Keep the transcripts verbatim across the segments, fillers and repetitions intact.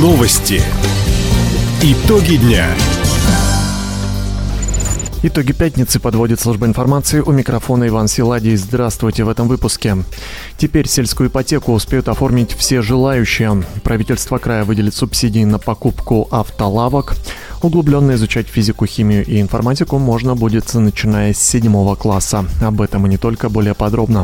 Новости. Итоги дня. Итоги пятницы подводит служба информации. У микрофона Иван Силадий. Здравствуйте в этом выпуске. Теперь сельскую ипотеку успеют оформить все желающие. Правительство края выделит субсидии на покупку автолавок. Углубленно изучать физику, химию и информатику можно будет, начиная с седьмого класса. Об этом и не только, более подробно.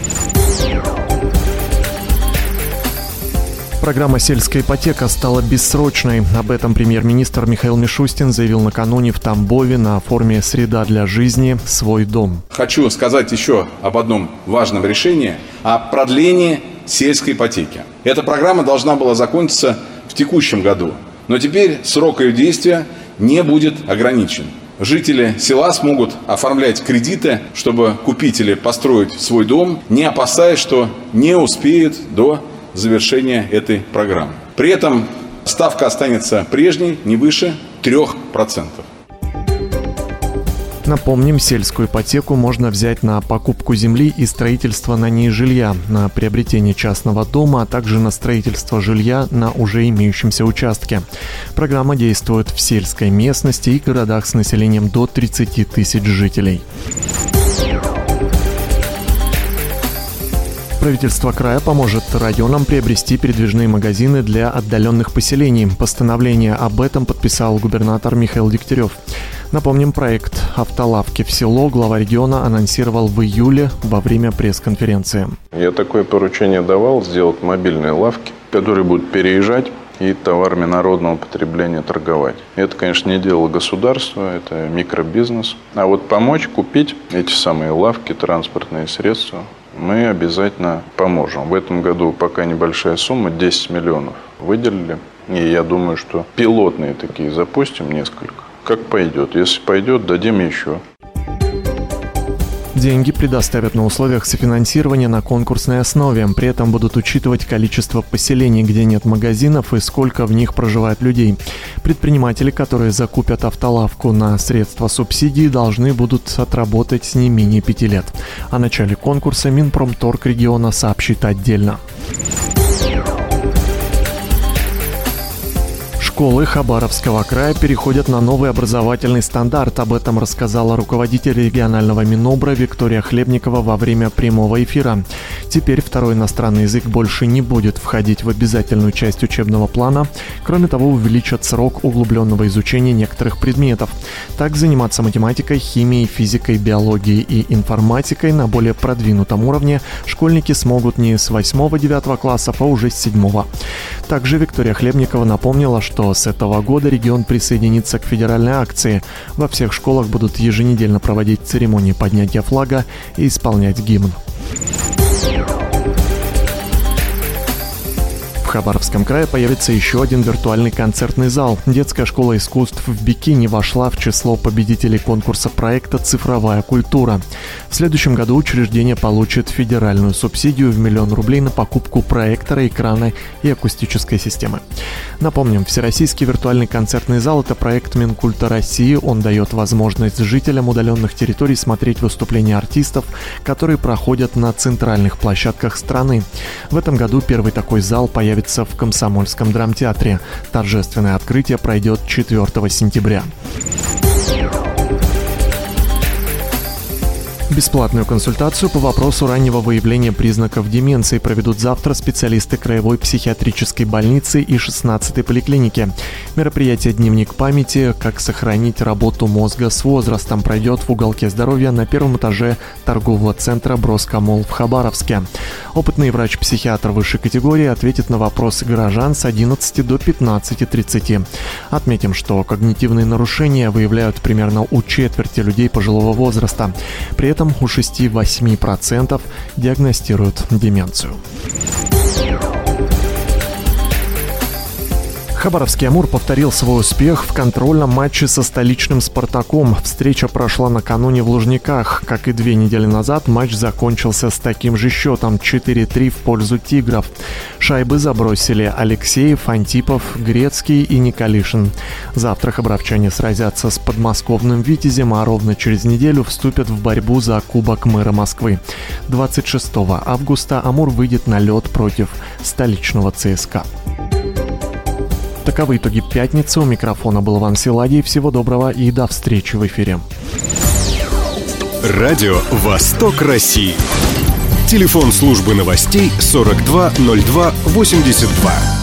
Программа «Сельская ипотека» стала бессрочной. Об этом премьер-министр Михаил Мишустин заявил накануне в Тамбове на форуме «Среда для жизни. Свой дом». Хочу сказать еще об одном важном решении – о продлении сельской ипотеки. Эта программа должна была закончиться в текущем году, но теперь срок ее действия не будет ограничен. Жители села смогут оформлять кредиты, чтобы купить или построить свой дом, не опасаясь, что не успеют до завершения этой программы. При этом ставка останется прежней, не выше трех процентов. Напомним, сельскую ипотеку можно взять на покупку земли и строительство на ней жилья, на приобретение частного дома, а также на строительство жилья на уже имеющемся участке. Программа действует в сельской местности и городах с населением до тридцати тысяч жителей. Правительство края поможет районам приобрести передвижные магазины для отдаленных поселений. Постановление об этом подписал губернатор Михаил Дегтярев. Напомним, проект «Автолавки в село» глава региона анонсировал в июле во время пресс-конференции. Я такое поручение давал сделать мобильные лавки, которые будут переезжать и товарами народного потребления торговать. Это, конечно, не дело государства, это микробизнес. А вот помочь купить эти самые лавки, транспортные средства мы обязательно поможем. В этом году пока небольшая сумма, десять миллионов выделили. И я думаю, что пилотные такие запустим несколько. Как пойдет. Если пойдет, дадим еще. Деньги предоставят на условиях софинансирования на конкурсной основе. При этом будут учитывать количество поселений, где нет магазинов, и сколько в них проживает людей. Предприниматели, которые закупят автолавку на средства субсидии, должны будут отработать не менее пяти лет. О начале конкурса Минпромторг региона сообщит отдельно. Школы Хабаровского края переходят на новый образовательный стандарт. Об этом рассказала руководитель регионального Минобра Виктория Хлебникова во время прямого эфира. Теперь второй иностранный язык больше не будет входить в обязательную часть учебного плана. Кроме того, увеличат срок углубленного изучения некоторых предметов. Так, заниматься математикой, химией, физикой, биологией и информатикой на более продвинутом уровне школьники смогут не с восьмого-девятого классов, а уже с седьмого. Также Виктория Хлебникова напомнила, что с этого года регион присоединится к федеральной акции. Во всех школах будут еженедельно проводить церемонии поднятия флага и исполнять гимн. В Хабаровском крае появится еще один виртуальный концертный зал. Детская школа искусств в Бикини вошла в число победителей конкурса проекта «Цифровая культура». В следующем году учреждение получит федеральную субсидию в миллион рублей на покупку проектора, экрана и акустической системы. Напомним, Всероссийский виртуальный концертный зал – это проект Минкульта России. Он дает возможность жителям удаленных территорий смотреть выступления артистов, которые проходят на центральных площадках страны. В этом году первый такой зал появится в Комсомольском драмтеатре. Торжественное открытие пройдет четвёртого сентября. Бесплатную консультацию по вопросу раннего выявления признаков деменции проведут завтра специалисты Краевой психиатрической больницы и шестнадцатой поликлиники. Мероприятие «Дневник памяти. Как сохранить работу мозга с возрастом» пройдет в уголке здоровья на первом этаже торгового центра «Броскомолл» в Хабаровске. Опытный врач-психиатр высшей категории ответит на вопросы горожан с одиннадцати до пятнадцати тридцати. Отметим, что когнитивные нарушения выявляют примерно у четверти людей пожилого возраста. При этом у шести-восьми процентов диагностируют деменцию. Хабаровский «Амур» повторил свой успех в контрольном матче со столичным «Спартаком». Встреча прошла накануне в Лужниках. Как и две недели назад, матч закончился с таким же счетом – четыре-три в пользу «Тигров». Шайбы забросили Алексеев, Антипов, Грецкий и Николишин. Завтра хабаровчане сразятся с подмосковным «Витязем», а ровно через неделю вступят в борьбу за Кубок мэра Москвы. двадцать шестого августа «Амур» выйдет на лед против столичного ЦСКА. Таковы итоги пятницы. У микрофона был Иван Силадий. Всего доброго и до встречи в эфире. Радио «Восток России». Телефон службы новостей сорок два ноль два восемьдесят два.